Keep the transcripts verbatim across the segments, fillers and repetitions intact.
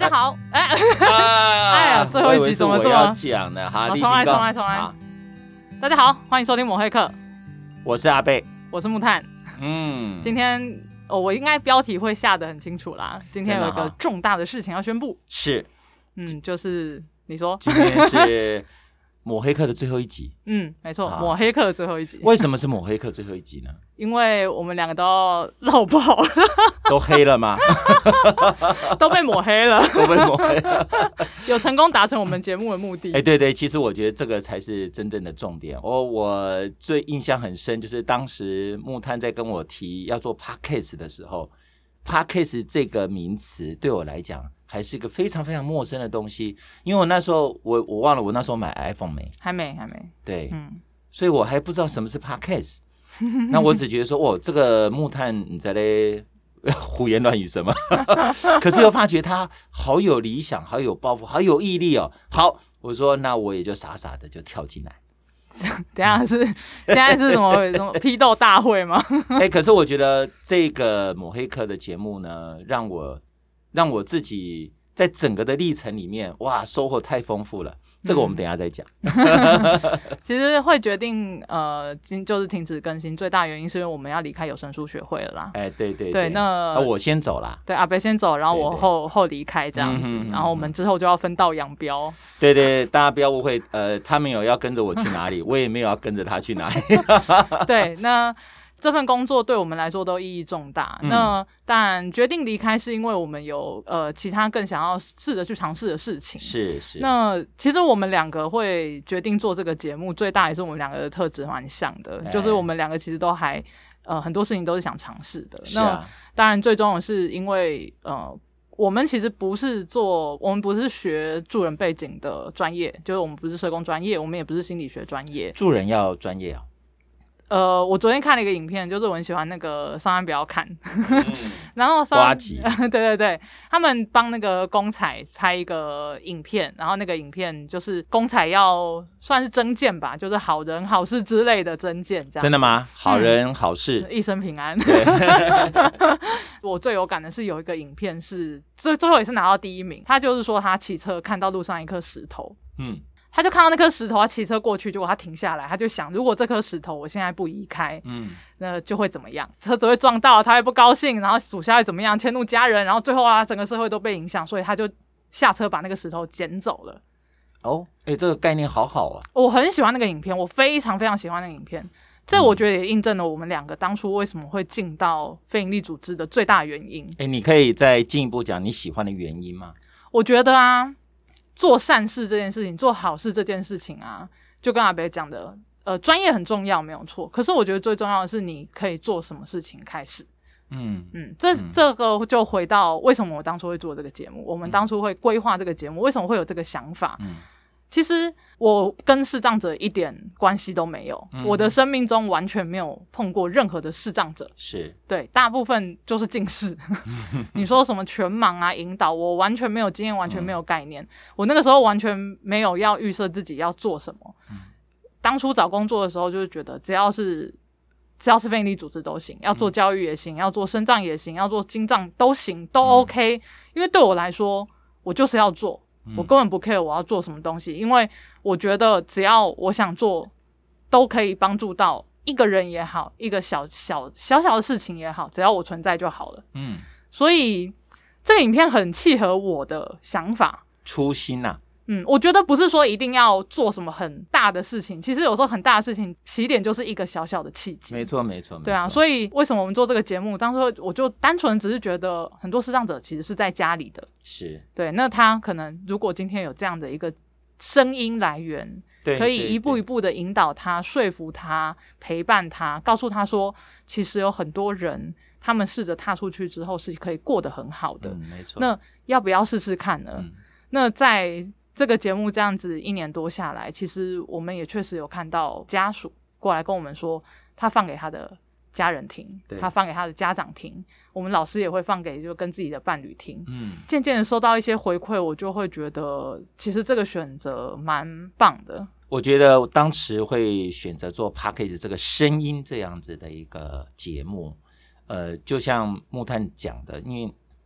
家好，哎、啊，哎呀，最后一集怎么这么？ 我要讲的，好， 重来，重来，重来。大家好，欢迎收听抹黑客， 我是阿贝， 我是木炭。嗯，今天、哦、我应该标题会下得很清楚啦。今天有一个重大的事情要宣布， 是， 嗯，就是你说， 今天是抹黑客的最后一集。 嗯，没错，抹黑客的最后一集。 为什么是抹黑客最后一集呢？ 因为我们两个都要落跑了， 都黑了吗？ 都被抹黑了， 都被抹黑了， 有成功达成我们节目的目的。 哎、欸，对对，其实我觉得这个才是真正的重点。我我最印象很深，就是当时木炭在跟我提要做 podcast 的时候 ，podcast 这个名词对我来讲还是一个非常非常陌生的东西，因为我那时候我我忘了我那时候买 iPhone 没？ 还没，还没。 对，嗯，所以我还不知道什么是 podcast。那我只觉得说，哦，这个木炭你在那胡言乱语什么？可是又发觉他好有理想，好有抱负，好有毅力哦。好，我说那我也就傻傻的就跳进来。 等一下是现在是什么什么批斗大会吗？ 哎、欸，可是我觉得这个抹黑客的节目呢，让我让我自己在整个的历程里面，哇，收获太丰富了。这个我们等一下再讲。 嗯、其实会决定呃，就是停止更新，最大原因是因为我们要离开有声书学会了啦。 哎、欸，对对对, 对，那、 啊、我先走啦。 对，阿北先走，然后我后对对后离开这样子、嗯，然后我们之后就要分道扬镳。 对对，大家不要误会，呃，他没有要跟着我去哪里，我也没有要跟着他去哪里。 对，那。这份工作对我们来说都意义重大。嗯、那当然，决定离开是因为我们有呃其他更想要试着去尝试的事情。 是是。 那其实我们两个会决定做这个节目，最大也是我们两个的特质蛮像的，欸、就是我们两个其实都还呃很多事情都是想尝试的。 是啊。 那当然，最重要的是因为呃我们其实不是做，我们不是学助人背景的专业，就是我们不是社工专业，我们也不是心理学专业。 助人要专业啊。 呃，我昨天看了一个影片，就是我很喜欢那个上岸不要看，嗯、然后上呱吉， 对对对，他们帮那个公彩拍一个影片，然后那个影片就是公彩要算是征件吧，就是好人好事之类的征件，这样。 真的吗？好人好事， 嗯、一生平安。我最有感的是有一个影片是最最后也是拿到第一名，他就是说他骑车看到路上一颗石头，嗯。他就看到那颗石头，他骑车过去，结果他停下来，他就想，如果这颗石头我现在不移开，嗯，那就会怎么样？车子会撞到，他会不高兴，然后属下会怎么样？迁怒家人，然后最后啊，整个社会都被影响，所以他就下车把那个石头捡走了。 哦，哎、欸，这个概念好好啊！ 我很喜欢那个影片，我非常非常喜欢那个影片。这我觉得也印证了我们两个当初为什么会进到非营利组织的最大原因。 哎、欸，你可以再进一步讲你喜欢的原因吗？ 我觉得啊。做善事这件事情，做好事这件事情啊，就跟阿北讲的，呃，专业很重要，没有错。可是我觉得最重要的是，你可以做什么事情开始。嗯嗯，这嗯这个就回到为什么我当初会做这个节目，我们当初会规划这个节目，为什么会有这个想法？嗯，其实我跟视障者一点关系都没有，嗯、我的生命中完全没有碰过任何的视障者， 是对，大部分就是近视。你说什么全盲啊、引导，我完全没有经验，完全没有概念。嗯、我那个时候完全没有要预设自己要做什么。嗯、当初找工作的时候，就是觉得只要是只要是非营利组织都行，要做教育也行，嗯、要做身障也行，要做精障都行，都 OK、嗯。因为对我来说，我就是要做。我根本不 care 我要做什么东西，因为我觉得只要我想做，都可以帮助到一个人也好，一个小小小小的事情也好，只要我存在就好了。嗯，所以这个影片很契合我的想法， 初心啊。 嗯，我觉得不是说一定要做什么很大的事情，其实有时候很大的事情起点就是一个小小的契机。 没错没错， 对啊，所以为什么我们做这个节目，当时我就单纯只是觉得很多视障者其实是在家里的， 是对， 那他可能如果今天有这样的一个声音来源，可以一步一步的引导他，说服他，陪伴他，告诉他说其实有很多人他们试着踏出去之后是可以过得很好的。 嗯，没错。 那要不要试试看呢？嗯、那在这个节目这样子一年多下来，其实我们也确实有看到家属过来跟我们说，他放给他的家人听，他放给他的家长听，我们老师也会放给就跟自己的伴侣听。嗯，渐渐的收到一些回馈，我就会觉得其实这个选择蛮棒的。 我觉得当时会选择做 Podcast 这个声音这样子的一个节目，呃，就像木炭讲的，因为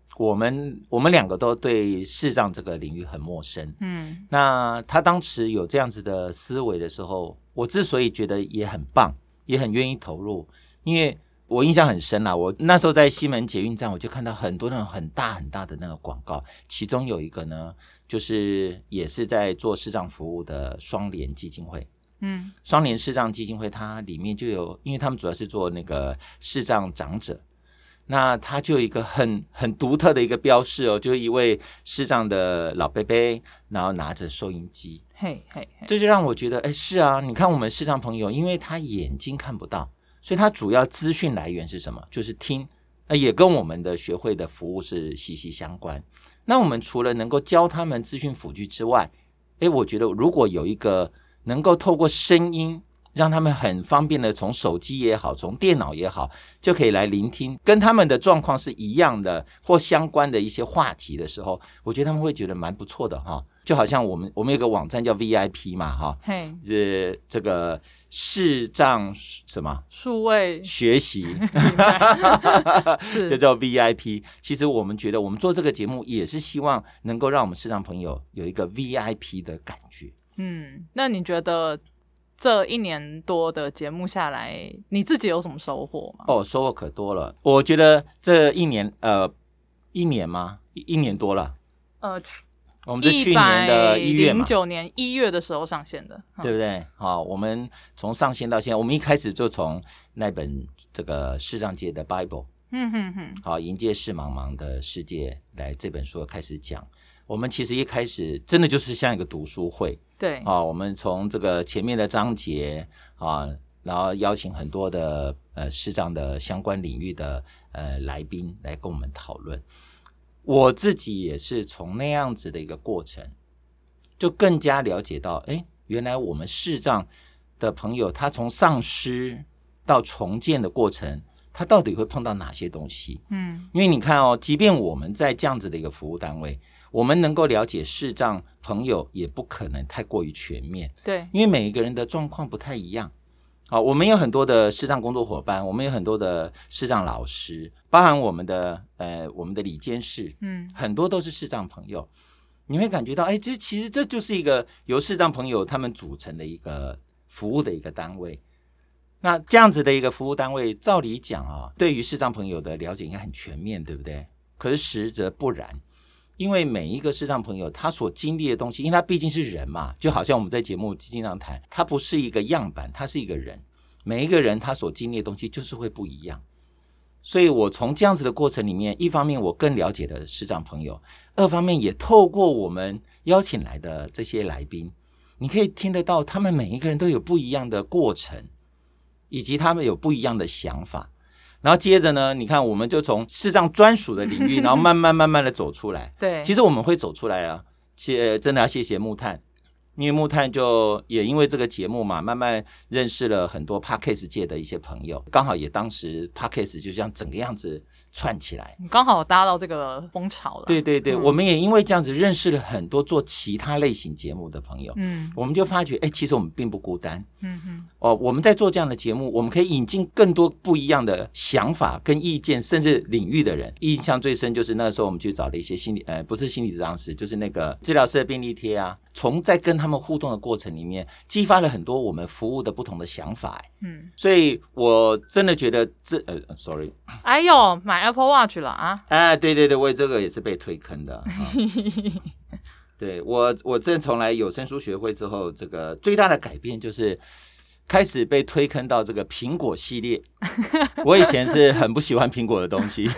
我们我们两个都对视障这个领域很陌生，嗯，那他当时有这样子的思维的时候，我之所以觉得也很棒，也很愿意投入，因为我印象很深啦，我那时候在西门捷运站，我就看到很多那种很大很大的那个广告，其中有一个呢，就是也是在做视障服务的双联基金会。嗯，双联视障基金会它里面就有，因为他们主要是做那个视障长者，那它就有一个很很独特的一个标示哦，就是一位视障的老伯伯，然后拿着收音机， 嘿嘿嘿， 这就让我觉得，哎，是啊，你看我们视障朋友，因为他眼睛看不到，所以他主要资讯来源是什么？就是听，呃，也跟我们的学会的服务是息息相关。那我们除了能够教他们资讯辅具之外，哎，我觉得如果有一个能够透过声音让他们很方便的从手机也好，从电脑也好，就可以来聆听跟他们的状况是一样的或相关的一些话题的时候，我觉得他们会觉得蛮不错的哈。就好像我们我们有个网站叫 V I P 嘛哈，这这个视障什么数位学习就叫 V I P。 其实我们觉得我们做这个节目也是希望能够让我们视障朋友有一个 V I P 的感觉。 嗯，那你觉得这一年多的节目下来，你自己有什么收获吗？ 哦，收获可多了。我觉得这一年呃一年吗？一年多了。呃，我们是去年的一月嘛， 零九年一月的时候上线的， 嗯、对不对？好，我们从上线到现在，我们一开始就从那本这个视障界的 Bible， 嗯哼哼，好，迎接视茫茫的世界来这本书开始讲。我们其实一开始真的就是像一个读书会， 对啊，我们从这个前面的章节啊，然后邀请很多的呃视障的相关领域的呃来宾来跟我们讨论。我自己也是从那样子的一个过程，就更加了解到，哎，原来我们视障的朋友，他从丧失到重建的过程，他到底会碰到哪些东西？嗯，因为你看哦，即便我们在这样子的一个服务单位，我们能够了解视障朋友也不可能太过于全面， 对， 因为每一个人的状况不太一样。好，我们有很多的视障工作伙伴，我们有很多的视障老师，包含我们的呃我们的理监事，嗯，很多都是视障朋友。你会感觉到，哎，这其实这就是一个由视障朋友他们组成的一个服务的一个单位。那这样子的一个服务单位，照理讲啊，对于视障朋友的了解应该很全面，对不对？可是实则不然。因为每一个视障朋友他所经历的东西，因为他毕竟是人嘛，就好像我们在节目经常谈，他不是一个样板，他是一个人，每一个人他所经历的东西就是会不一样。所以我从这样子的过程里面，一方面我更了解了视障朋友，二方面也透过我们邀请来的这些来宾，你可以听得到他们每一个人都有不一样的过程，以及他们有不一样的想法。然后接着呢，你看我们就从视障专属的领域，然后慢慢慢慢的走出来。 对， 其实我们会走出来啊，其实真的要谢谢木炭，因为木炭就也因为这个节目嘛，慢慢认识了很多 Podcast 界的一些朋友，刚好也当时 Podcast 就这样整个样子串起来， 刚好搭到这个风潮了。 对对对、嗯、我们也因为这样子认识了很多做其他类型节目的朋友，嗯，我们就发觉，哎，其实我们并不孤单，嗯哼，哦，我们在做这样的节目，我们可以引进更多不一样的想法跟意见，甚至领域的人。印象最深就是那时候我们去找了一些心理，呃，不是心理治疗师，就是那个治疗师的便利贴啊，从在跟他们互动的过程里面，激发了很多我们服务的不同的想法，嗯，所以我真的觉得这，呃 ，sorry， 哎呦，买 Apple Watch 了啊！ 哎，对对对，我这个也是被推坑的。啊、对我，我自从来有声书学会之后，这个最大的改变就是开始被推坑到这个苹果系列。我以前是很不喜欢苹果的东西。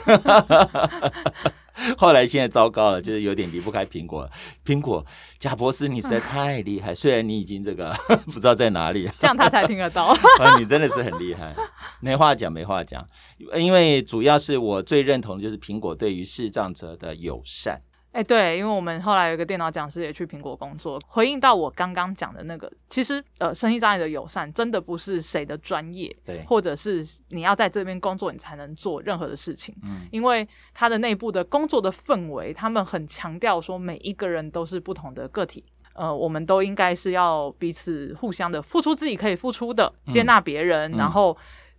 后来现在糟糕了，就是有点离不开苹果了。苹果，贾博士，你实在太厉害，虽然你已经这个不知道在哪里， 这样他才听得到。 啊、你真的是很厉害，没话讲，没话讲。因为主要是我最认同的就是苹果对于视障者的友善。 哎、欸，对，因为我们后来有一个电脑讲师也去苹果工作，回应到我刚刚讲的那个，其实呃，身心障碍的友善真的不是谁的专业， 对， 或者是你要在这边工作你才能做任何的事情，嗯，因为他的内部的工作的氛围，他们很强调说每一个人都是不同的个体，呃，我们都应该是要彼此互相的付出自己可以付出的，接纳别人，嗯、然后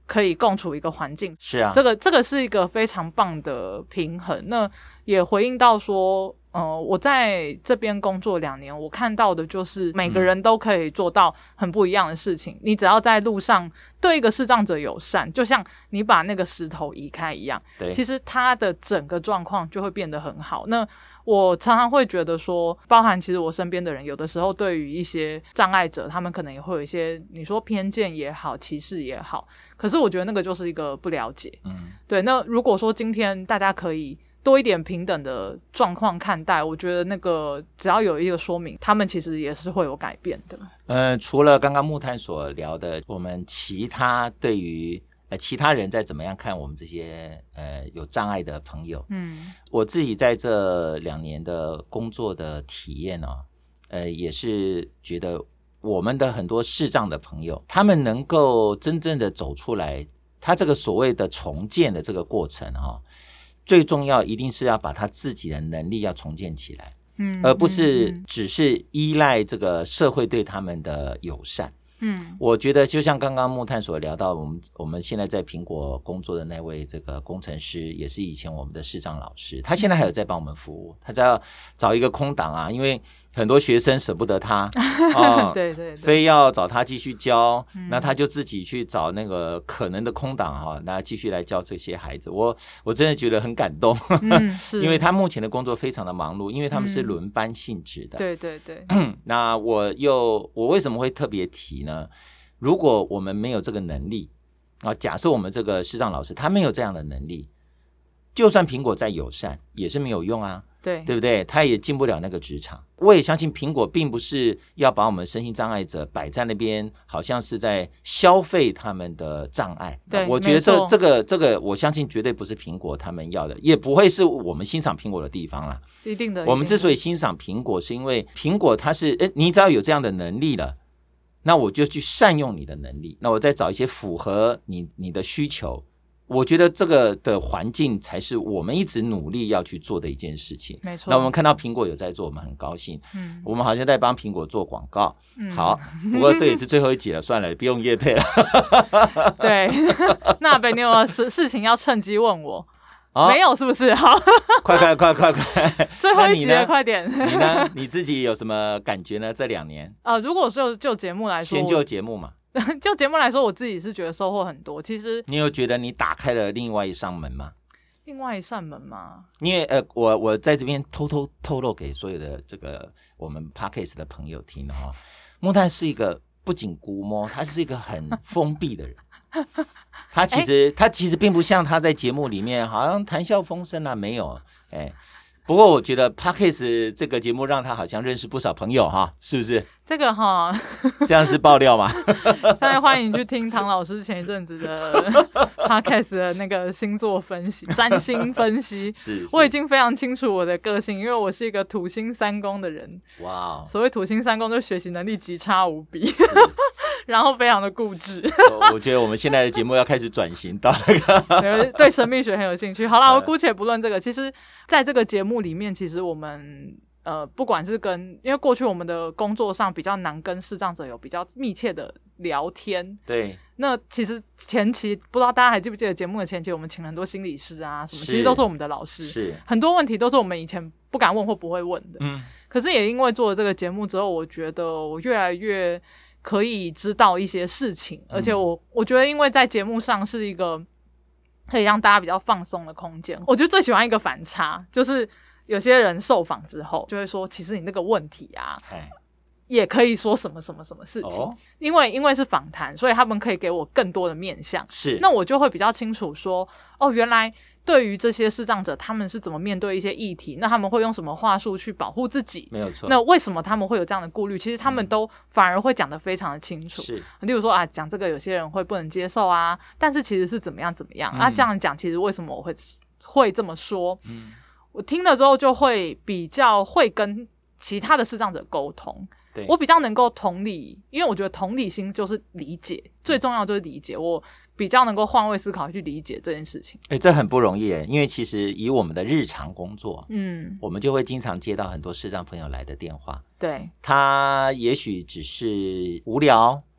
可以共处一个环境。 是啊， 这个这个是一个非常棒的平衡。那也回应到说，呃，我在这边工作两年，我看到的就是每个人都可以做到很不一样的事情。嗯、你只要在路上对一个视障者友善，就像你把那个石头移开一样， 对， 其实他的整个状况就会变得很好。那我常常会觉得说，包含其实我身边的人，有的时候对于一些障碍者，他们可能也会有一些你说偏见也好，歧视也好，可是我觉得那个就是一个不了解。嗯，对。那如果说今天大家可以多一点平等的状况看待，我觉得那个只要有一个说明，他们其实也是会有改变的。 呃，除了刚刚木炭所聊的，我们其他对于呃其他人在怎么样看我们这些呃有障碍的朋友，嗯，我自己在这两年的工作的体验哦，呃，也是觉得我们的很多视障的朋友，他们能够真正的走出来，他这个所谓的重建的这个过程哈、哦。最重要一定是要把他自己的能力要重建起来，嗯，而不是只是依赖这个社会对他们的友善。嗯，我觉得就像刚刚木炭所聊到，我们我们现在在苹果工作的那位这个工程师，也是以前我们的视障老师，他现在还有在帮我们服务，他在找一个空档啊，因为很多学生舍不得他，哦、 对, 对对， 非要找他继续教，嗯、那他就自己去找那个可能的空档哈、哦，那继续来教这些孩子。我我真的觉得很感动，嗯、因为他目前的工作非常的忙碌，因为他们是轮班性质的。嗯、 对对对。 那我又我为什么会特别提呢？如果我们没有这个能力啊，假设我们这个视障老师他没有这样的能力，就算苹果再友善也是没有用啊。 对， 对不对？他也进不了那个职场。我也相信苹果并不是要把我们身心障碍者摆在那边，好像是在消费他们的障碍。 对， 我觉得这这个这个，我相信绝对不是苹果他们要的，也不会是我们欣赏苹果的地方啦。 一定的。 我们之所以欣赏苹果，是因为苹果它是，哎，你只要有这样的能力了，那我就去善用你的能力，那我再找一些符合你你的需求。我觉得这个的环境才是我们一直努力要去做的一件事情。 没错。 那我们看到苹果有在做，我们很高兴。嗯，我们好像在帮苹果做广告。嗯，好，不过这也是最后一集了，算了，不用业配了。 对，那北你有事事情要趁机问我。哦、没有是不是？好， 快快快快快！ 最后一集了，快点！ 你呢？你自己有什么感觉呢？这两年？ 呃，如果就就节目来说， 先就节目嘛。 就节目来说，我自己是觉得收获很多。其实你有觉得你打开了另外一扇门吗？ 另外一扇门吗？ 因为呃，我我在这边偷偷透露给所有的这个我们 Podcast 的朋友听哈、哦，木炭是一个不仅估摸，他是一个很封闭的人。他其实、欸、他其实并不像他在节目里面好像谈笑风生啊，没有哎。不过我觉得 Podcast 这个节目让他好像认识不少朋友哈，是不是？ 这个哈， 这样是爆料吗？ 大家欢迎去听唐老师前一阵子的 Podcast 的那个星座分析、占星分析。 是, 是， 我已经非常清楚我的个性，因为我是一个土星三宫的人。 哇、wow ， 所谓土星三宫，就学习能力极差无比。然后非常的固执。 我觉得我们现在的节目要开始转型到那个对, 对神秘学很有兴趣。好啦，我姑且不论这个。其实在这个节目里面，其实我们呃，不管是跟，因为过去我们的工作上比较难跟视障者有比较密切的聊天。 对。 那其实前期不知道大家还记不记得节目的前期，我们请了很多心理师啊什么，其实都是我们的老师。 是。 很多问题都是我们以前不敢问或不会问的。嗯。可是也因为做了这个节目之后，我觉得我越来越可以知道一些事情，而且我我觉得因为在节目上是一个可以让大家比较放松的空间。我觉得最喜欢一个反差，就是有些人受访之后就会说，其实你那个问题啊也可以说什么什么什么事情、哦、因为因为是访谈，所以他们可以给我更多的面向， 是， 那我就会比较清楚说，哦，原来对于这些视障者，他们是怎么面对一些议题，那他们会用什么话术去保护自己， 没有错。 那为什么他们会有这样的顾虑，其实他们都反而会讲得非常的清楚、 嗯、是， 例如说啊，讲这个有些人会不能接受啊，但是其实是怎么样怎么样、嗯、啊，这样讲其实为什么我会会这么说、嗯、我听了之后就会比较会跟其他的视障者沟通， 对， 我比较能够同理，因为我觉得同理心就是理解，最重要就是理解，我比较能够换位思考去理解这件事情。 欸，这很不容易耶，因为其实以我们的日常工作，嗯，我们就会经常接到很多视障朋友来的电话， 对， 他也许只是无聊，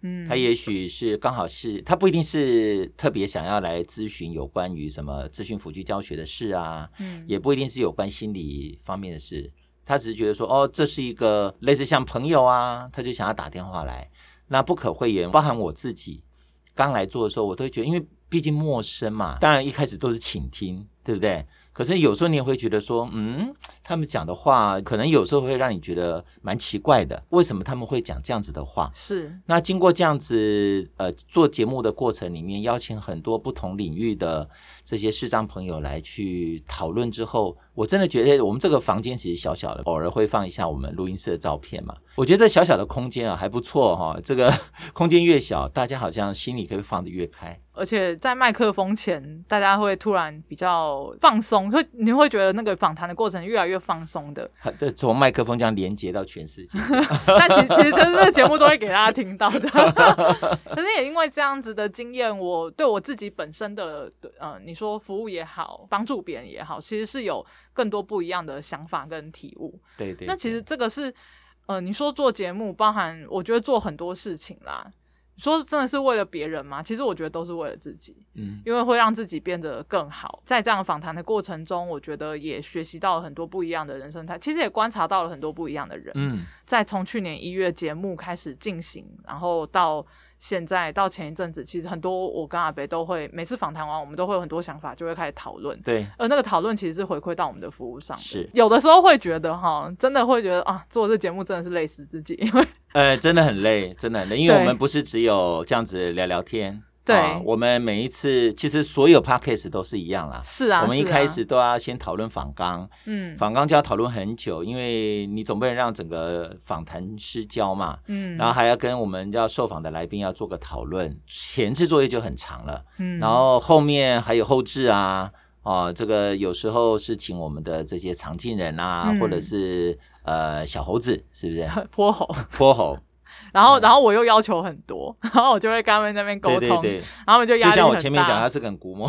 嗯，他也许是刚好是他不一定是特别想要来咨询有关于什么资讯辅具教学的事啊，嗯，也不一定是有关心理方面的事，他只是觉得说哦，这是一个类似像朋友啊，他就想要打电话来。那不可讳言，包含我自己刚来做的时候，我都会觉得，因为毕竟陌生嘛，当然一开始都是倾听，对不对？可是有时候你也会觉得说，嗯，他们讲的话可能有时候会让你觉得蛮奇怪的，为什么他们会讲这样子的话？ 是。 那经过这样子呃做节目的过程里面，邀请很多不同领域的这些视障朋友来去讨论之后，我真的觉得我们这个房间其实小小的，偶尔会放一下我们录音室的照片嘛。我觉得小小的空间啊还不错哈、哦，这个空间越小，大家好像心里可以放得越开。 而且在麦克风前，大家会突然比较放松，会你会觉得那个访谈的过程越来越放松的。 从麦克风这样连接到全世界， 但其实其实这个节目都会给大家听到的。可是也因为这样子的经验，我对我自己本身的呃，你说服务也好，帮助别人也好，其实是有更多不一样的想法跟体悟。 对 对, 对。 那其实这个是呃，你说做节目，包含我觉得做很多事情啦。说真的是为了别人吗？其实我觉得都是为了自己，嗯，因为会让自己变得更好。在这样访谈的过程中，我觉得也学习到了很多不一样的人生态，其实也观察到了很多不一样的人。嗯，在从去年一月节目开始进行，然后到现在到前一阵子，其实很多我跟阿北都会每次访谈完，我们都会有很多想法，就会开始讨论。 对， 而那个讨论其实是回馈到我们的服务上的。 是， 有的时候会觉得哈，真的会觉得啊，做这节目真的是累死自己，因为呃，真的很累，真的很累，因为我们不是只有这样子聊聊天。 对、 啊，我们每一次其实所有 podcast 都是一样啦。 是啊， 我们一开始都要先讨论访纲，嗯，访纲就要讨论很久，因为你总不能让整个访谈失焦嘛，嗯，然后还要跟我们要受访的来宾要做个讨论，前置作业就很长了，嗯，然后后面还有后置啊，哦，这个有时候是请我们的这些常进人啊，嗯、或者是呃小猴子，是不是？ 泼猴， 泼猴。 然后，然后我又要求很多，然后我就会跟他们在那边沟通，对对对，然后他们就压力很大。 就像我前面讲，他是个很古摸。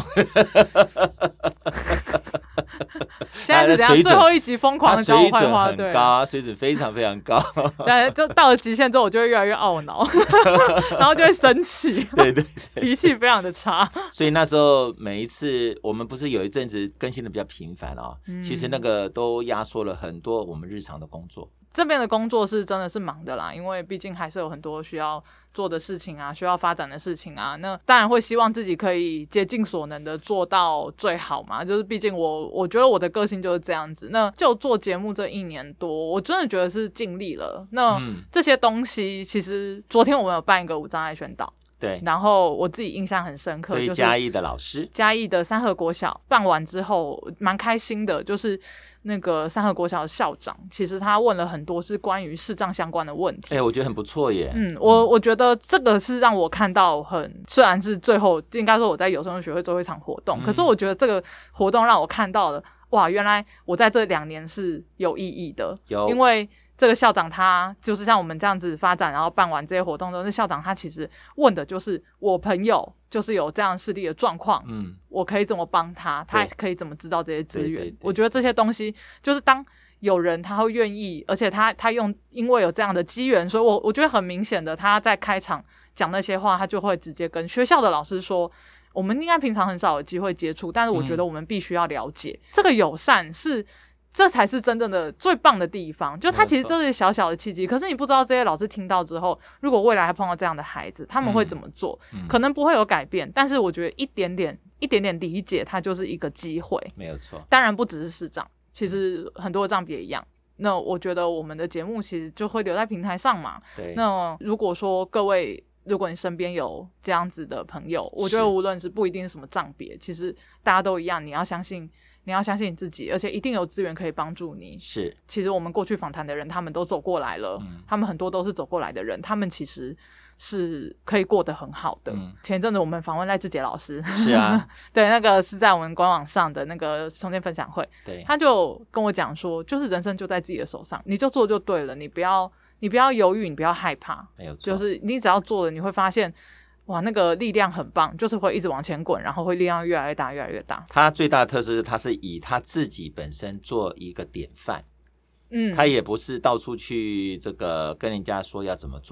现在是怎样？最后一集疯狂的讲我坏话， 对，高，水准非常非常高。 对，就到了极限之后，我就会越来越懊恼，然后就会生气， 对 对, 对， 脾气非常的差。 所以那时候每一次，我们不是有一阵子更新的比较频繁哦，嗯、其实那个都压缩了很多我们日常的工作。 这边的工作是真的是忙的啦，因为毕竟还是有很多需要做的事情啊，需要发展的事情啊。那当然会希望自己可以竭尽所能的做到最好嘛，就是毕竟我我觉得我的个性就是这样子。那就做节目这一年多，我真的觉得是尽力了。那、嗯、这些东西其实昨天我们有办一个无障碍宣导。 对， 然后我自己印象很深刻，就是嘉义的老师， 嘉义的三和国小办完之后，蛮开心的。就是那个三和国小的校长，其实他问了很多是关于视障相关的问题。 哎、欸，我觉得很不错耶。 嗯，我我觉得这个是让我看到很，虽然是最后应该说我在有声学会最后一场活动、嗯，可是我觉得这个活动让我看到了，哇，原来我在这两年是有意义的， 有， 因为。这个校长他就是像我们这样子发展，然后办完这些活动之后，那校长他其实问的就是我朋友就是有这样视力的状况，嗯，我可以怎么帮他，他可以怎么知道这些资源。我觉得这些东西就是当有人他会愿意，而且他他用因为有这样的机缘，所以我我觉得很明显的他在开场讲那些话，他就会直接跟学校的老师说。我们应该平常很少有机会接触，但是我觉得我们必须要了解、嗯、这个友善是。这才是真正的最棒的地方，就他其实这是小小的契机，可是你不知道这些老师听到之后，如果未来还碰到这样的孩子，他们会怎么做、嗯嗯、可能不会有改变，但是我觉得一点点一点点理解它就是一个机会， 没有错。 当然不只是视障，其实很多障别一样。那我觉得我们的节目其实就会留在平台上嘛。 对。 那如果说各位如果你身边有这样子的朋友，我觉得无论是不一定是什么障别，其实大家都一样，你要相信你要相信你自己，而且一定有资源可以帮助你。 是， 其实我们过去访谈的人他们都走过来了、嗯、他们很多都是走过来的人，他们其实是可以过得很好的、嗯、前一阵子我们访问赖志杰老师， 是啊对，那个是在我们官网上的那个重建分享会， 对， 他就跟我讲说，就是人生就在自己的手上，你就做就对了，你不要你不要犹豫，你不要害怕， 没有错， 就是你只要做了，你会发现哇，那个力量很棒，就是会一直往前滚，然后会力量越来越大越来越大。 他最大的特色是他是以他自己本身做一个典范，嗯，他也不是到处去这个跟人家说要怎么做，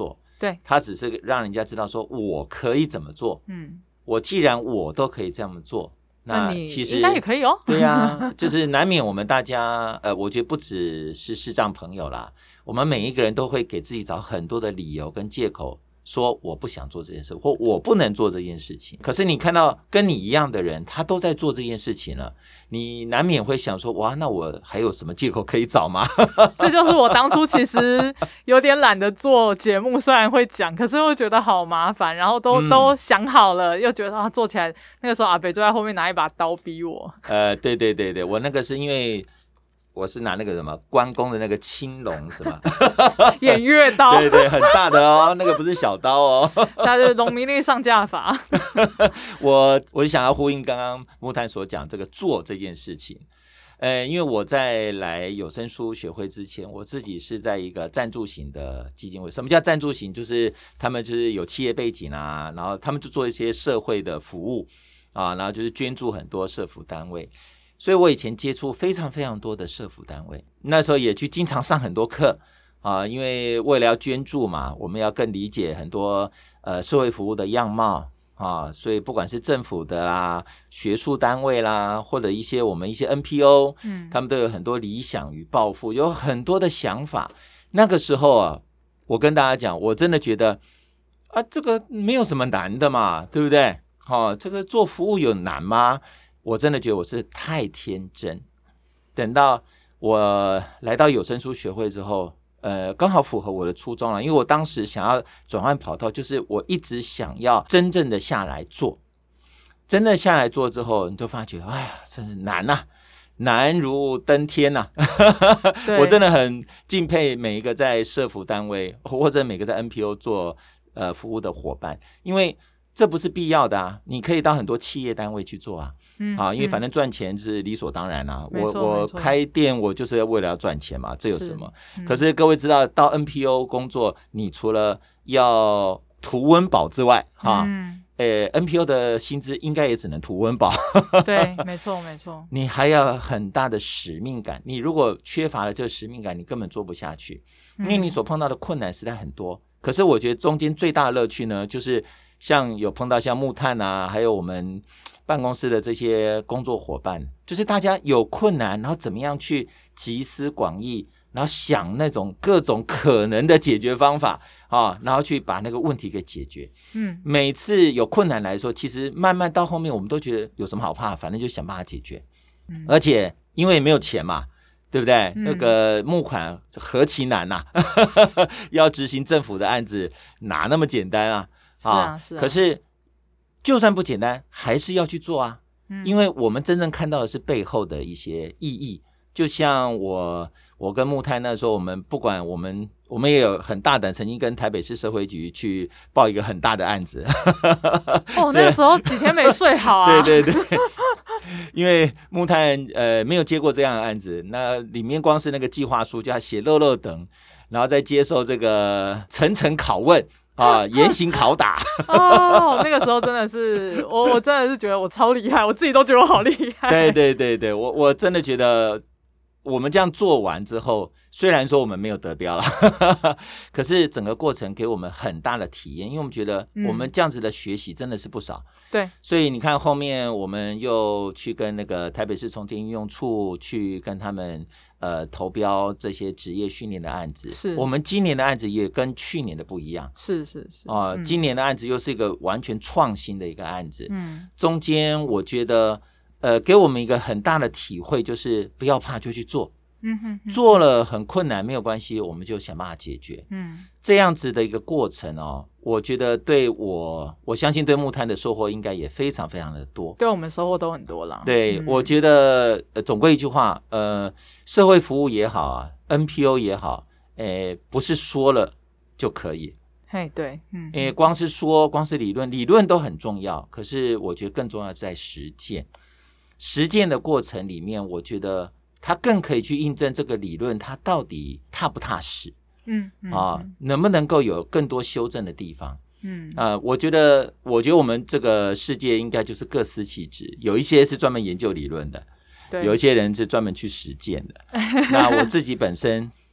对， 它只是让人家知道说我可以怎么做。嗯，我既然我都可以这样做，那你其实应该也可以哦。 对呀、啊，就是难免我们大家，呃，我觉得不只是视障朋友啦，我们每一个人都会给自己找很多的理由跟借口。说我不想做这件事，或我不能做这件事情。可是你看到跟你一样的人，他都在做这件事情了，你难免会想说，哇，那我还有什么借口可以找吗？ 这就是我当初其实有点懒得做节目，虽然会讲，可是又觉得好麻烦，然后都、嗯、都想好了，又觉得啊做起来，那个时候阿北就在后面拿一把刀逼我。 呃，对对对对，我那个是因为。我是拿那个什么关公的那个青龙是吧？ 偃月刀， 对对，很大的哦，那个不是小刀哦。 它是农民历上架法。 我我想要呼应刚刚木炭所讲这个做这件事情。呃，因为我在来有声书学会之前，我自己是在一个赞助型的基金会。什么叫赞助型？就是他们就是有企业背景啊，然后他们就做一些社会的服务啊，然后就是捐助很多社福单位。所以我以前接触非常非常多的社福单位，那时候也去经常上很多课啊，因为为了要捐助嘛，我们要更理解很多呃社会服务的样貌啊，所以不管是政府的啦、学术单位啦，或者一些我们一些 N P O， 嗯，他们都有很多理想与抱负，有很多的想法。那个时候啊，我跟大家讲，我真的觉得啊，这个没有什么难的嘛，对不对？哦，这个做服务有难吗？我真的觉得我是太天真。等到我来到有声书学会之后，呃，刚好符合我的初衷了，因为我当时想要转换跑道，就是我一直想要真正的下来做，真的下来做之后，你就发觉，哎呀，真是难啊，难如登天啊我真的很敬佩每一个在社福单位或者每个在 N P O 做呃服务的伙伴，因为这不是必要的啊，你可以到很多企业单位去做啊，嗯，啊，因为反正赚钱是理所当然啊，我我开店我就是为了要赚钱嘛，这有什么？嗯、可是各位知道，到 N P O 工作，你除了要图温饱之外，哈、嗯，呃 ，N P O 的薪资应该也只能图温饱， 对，没错没错， 你还要很大的使命感，你如果缺乏了这个使命感，你根本做不下去，因为你所碰到的困难实在很多。嗯、可是我觉得中间最大的乐趣呢，就是像有碰到像木炭啊，还有我们办公室的这些工作伙伴，就是大家有困难，然后怎么样去集思广益，然后想那种各种可能的解决方法啊，然后去把那个问题给解决。嗯，每次有困难来说，其实慢慢到后面，我们都觉得有什么好怕，反正就想办法解决。嗯，而且因为没有钱嘛，对不对？嗯、那个募款何其难呐、啊！要执行政府的案子，哪那么简单啊？ 是啊，是啊。 可是就算不简单，还是要去做啊。嗯，因为我们真正看到的是背后的一些意义。就像我，我跟木炭那时候，我们不管我们，我们也有很大胆，曾经跟台北市社会局去报一个很大的案子。 哦，那个时候几天没睡好啊。 对对对。因为木炭呃没有接过这样的案子，那里面光是那个计划书就要写漏漏等，然后再接受这个层层拷问。啊，严刑拷打哦，那个时候真的是我，我真的是觉得我超厉害，我自己都觉得我好厉害。 对对对对，我我真的觉得我们这样做完之后，虽然说我们没有得标了，可是整个过程给我们很大的体验，因为我们觉得我们这样子的学习真的是不少。 对、嗯， 所以你看后面我们又去跟那个台北市重点运用处去跟他们。呃，投标这些职业训练的案子， 是我们今年的案子也跟去年的不一样， 是是是啊、呃嗯，今年的案子又是一个完全创新的一个案子，嗯，中间我觉得呃，给我们一个很大的体会，就是不要怕就去做，嗯哼哼，做了很困难没有关系，我们就想办法解决，嗯，这样子的一个过程哦，我觉得对我，我相信对木炭的收获应该也非常非常的多， 对我们收获都很多啦。 对，嗯、我觉得、呃、总归一句话，呃，社会服务也好啊 ，N P O 也好，诶，不是说了就可以。 嘿，对，嗯， 因为光是说，光是理论，理论都很重要，可是我觉得更重要在实践。实践的过程里面，我觉得它更可以去印证这个理论，它到底踏不踏实。嗯, 嗯啊，能不能够有更多修正的地方？嗯啊，我觉得，我觉得我们这个世界应该就是各司其职，有一些是专门研究理论的，有一些人是专门去实践的。那我自己本身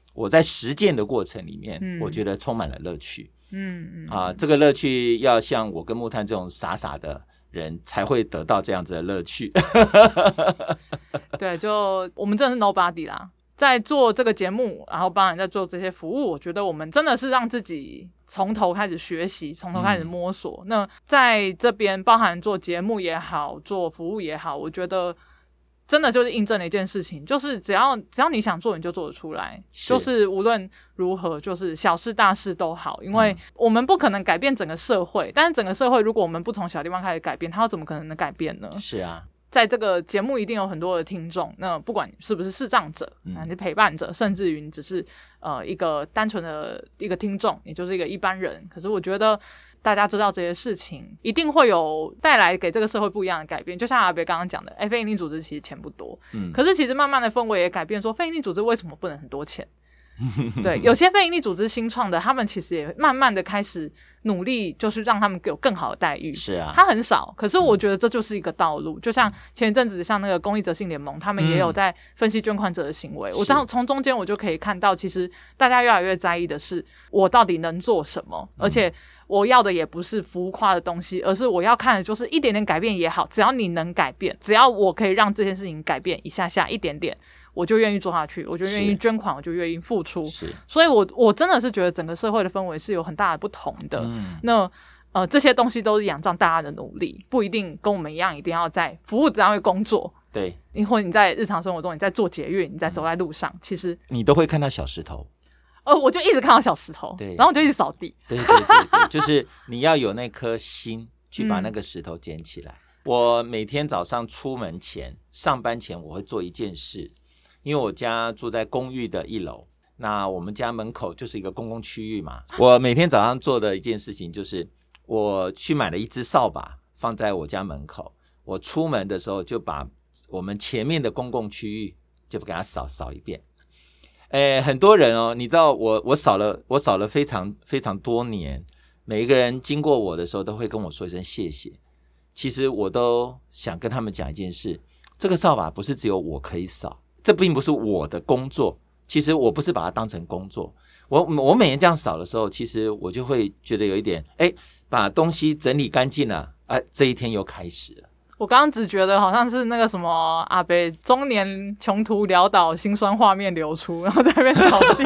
我在实践的过程里面， 嗯、 我觉得充满了乐趣。 嗯嗯啊，这个乐趣要像我跟木炭这种傻傻的人才会得到这样子的乐趣。 对，就我们真的是 nobody 啦，在做这个节目，然后帮人在做这些服务，我觉得我们真的是让自己从头开始学习，从头开始摸索。嗯、那在这边包含做节目也好，做服务也好，我觉得真的就是印证了一件事情，就是只要只要你想做，你就做得出来。是就是无论如何，就是小事大事都好，因为我们不可能改变整个社会，但是整个社会如果我们不从小地方开始改变，它又怎么可能能改变呢？ 是啊。 在这个节目一定有很多的听众，那不管是不是视障者，还是陪伴者，甚至于你只是呃一个单纯的一个听众，也就是一个一般人。可是我觉得大家知道这些事情，一定会有带来给这个社会不一样的改变。就像阿伯刚刚讲的，哎，非营利组织其实钱不多，嗯，可是其实慢慢的氛围也改变，说非营利组织为什么不能很多钱？对，有些非营利组织新创的，他们其实也慢慢的开始努力，就是让他们有更好的待遇。 是啊， 它很少，可是我觉得这就是一个道路。嗯、就像前一阵子，像那个公益者信联盟，他们也有在分析捐款者的行为。嗯、我从从中间我就可以看到，其实大家越来越在意的是我到底能做什么，嗯、而且我要的也不是浮夸的东西，而是我要看的就是一点点改变也好，只要你能改变，只要我可以让这件事情改变一下下一点点。我就愿意做下去，我就愿意捐款，我就愿意付出。所以我我真的是觉得整个社会的氛围是有很大的不同的。嗯、那呃这些东西都是仰仗大家的努力，不一定跟我们一样一定要在服务单位工作。 对， 或者你在日常生活中，你在做捷运，你在走在路上，嗯、其实你都会看到小石头。 呃，我就一直看到小石头，对，然后我就一直扫地。 对对对对，就是你要有那颗心去把那个石头捡起来。嗯、我每天早上出门前、上班前，我会做一件事。因为我家住在公寓的一楼，那我们家门口就是一个公共区域嘛。我每天早上做的一件事情就是，我去买了一只扫把放在我家门口。我出门的时候就把我们前面的公共区域就给它扫扫一遍。诶，很多人哦，你知道我我扫了我扫了非常非常多年，每一个人经过我的时候都会跟我说一声谢谢。其实我都想跟他们讲一件事，这个扫把不是只有我可以扫。这并不是我的工作，其实我不是把它当成工作。我我每天这样扫的时候，其实我就会觉得有一点，哎，把东西整理干净了，啊，这一天又开始了。 我刚刚只觉得好像是那个什么阿伯中年穷途潦倒，辛酸画面流出，然后在那边扫地。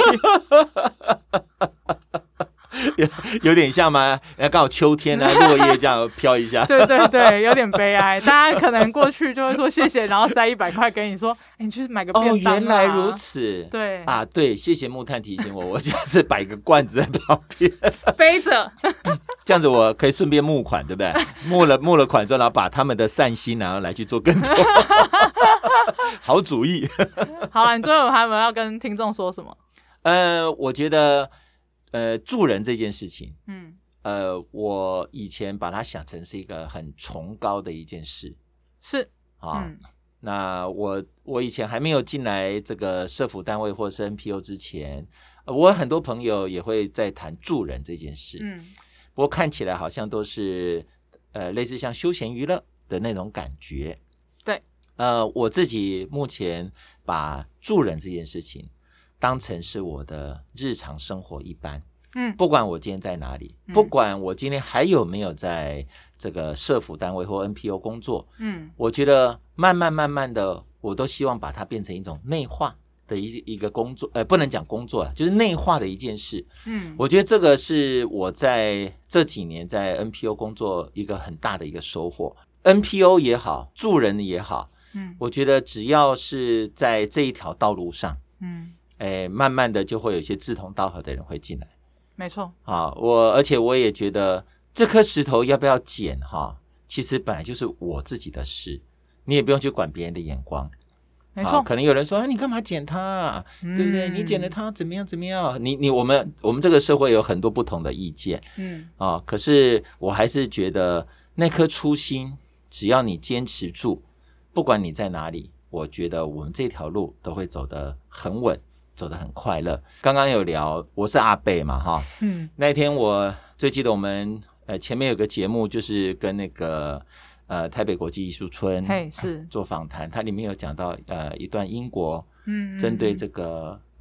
有, 有点像吗？刚好秋天啊，落叶这样飘一下。 对对对，有点悲哀。大家可能过去就会说谢谢，然后塞一百块给你说，哎，你去买个便当啊。 哦，原来如此。 对啊，对，谢谢木炭提醒我，我就是摆个罐子在旁边， 背着， 这样子我可以顺便募款，对不对？募了募了款之后，然后把他们的善心，然后来去做更多。好主意。 好了，你最后还有没有要跟听众说什么？ 呃，我觉得。呃，助人这件事情， 嗯， 呃，我以前把它想成是一个很崇高的一件事， 是啊。嗯、那我我以前还没有进来这个社福单位或是 N P O 之前，呃、我很多朋友也会在谈助人这件事， 嗯， 不过看起来好像都是呃类似像休闲娱乐的那种感觉， 对， 呃，我自己目前把助人这件事情当成是我的日常生活一般， 嗯， 不管我今天在哪里，嗯、不管我今天还有没有在这个社福单位或 N P O 工作， 嗯， 我觉得慢慢慢慢的，我都希望把它变成一种内化的一一个工作，呃，不能讲工作了，就是内化的一件事， 嗯， 我觉得这个是我在这几年在 N P O 工作一个很大的一个收获 ，N P O 也好，助人也好， 嗯， 我觉得只要是在这一条道路上， 嗯。 哎，慢慢的就会有一些志同道合的人会进来， 没错啊，我而且我也觉得这颗石头要不要捡哈，其实本来就是我自己的事，你也不用去管别人的眼光， 没错。 可能有人说，啊，你干嘛捡它啊， 嗯、 对不对？你捡了它怎么样怎么样？你你我们我们这个社会有很多不同的意见， 嗯啊，可是我还是觉得那颗初心，只要你坚持住，不管你在哪里，我觉得我们这条路都会走得很稳。走得很快乐。刚刚有聊，我是阿贝嘛，哈， 嗯， 那一天我最记得我们呃前面有个节目，就是跟那个呃台北国际艺术村嘿是做访谈，它里面有讲到呃一段英国嗯针对这个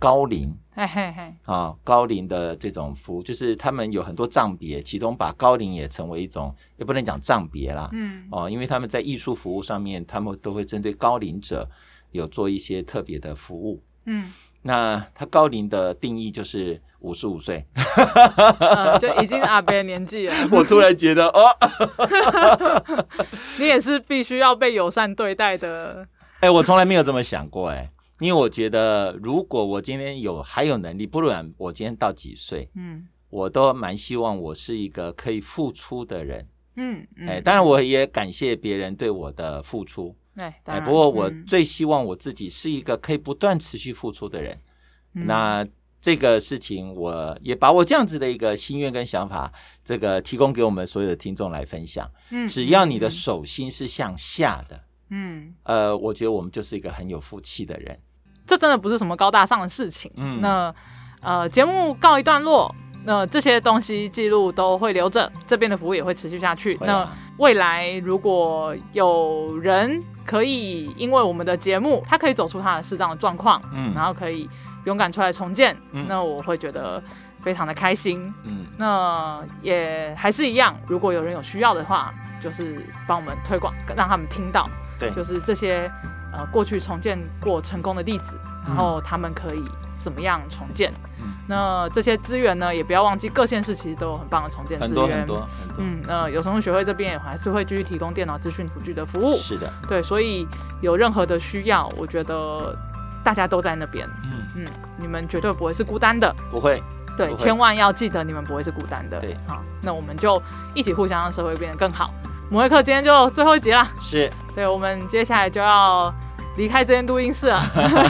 高龄。 嘿嘿嘿， 啊，高龄的这种服务，就是他们有很多账别，其中把高龄也成为一种，也不能讲账别啦， 嗯， 哦，因为他们在艺术服务上面，他们都会针对高龄者有做一些特别的服务， 嗯， 那他高龄的定义就是五十五岁， 呃，就已经阿伯的年纪了。 我突然觉得，哦， 你也是必须要被友善对待的。 哎，我从来没有这么想过，哎。因为我觉得，如果我今天有还有能力，不管我今天到几岁，嗯，我都蛮希望我是一个可以付出的人，嗯，嗯哎，当然我也感谢别人对我的付出，哎，哎不过我最希望我自己是一个可以不断持续付出的人。嗯、那这个事情，我也把我这样子的一个心愿跟想法，这个提供给我们所有的听众来分享。嗯，只要你的手心是向下的，嗯，呃，我觉得我们就是一个很有福气的人。 这真的不是什么高大上的事情。嗯，那呃，节目告一段落，那这些东西记录都会留着，这边的服务也会持续下去。啊、那未来如果有人可以因为我们的节目，他可以走出他的适当的状况，嗯，然后可以勇敢出来重建，嗯、那我会觉得非常的开心。嗯，那也还是一样，如果有人有需要的话，就是帮我们推广，让他们听到，对，就是这些。呃，过去重建过成功的例子，然后他们可以怎么样重建？嗯、那这些资源呢，也不要忘记，各县市其实都有很棒的重建资源， 很多很多很多。 嗯，那有成功学会这边也还是会继续提供电脑资讯辅具的服务。 是的， 对，所以有任何的需要，我觉得大家都在那边。嗯嗯，你们绝对不会是孤单的， 不会。 对，千万要记得你们不会是孤单的。对，好，那我们就一起互相让社会变得更好。摩会客今天就最后一集啦。 是， 对，我们接下来就要离开这间录音室了。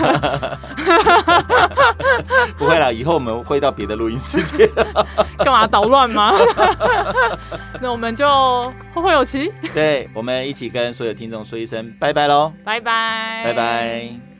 不会啦，以后我们会到别的录音室去。 干嘛捣乱吗？那我们就后会有期。 对，我们一起跟所有听众说一声拜拜喽， 拜拜， 拜拜。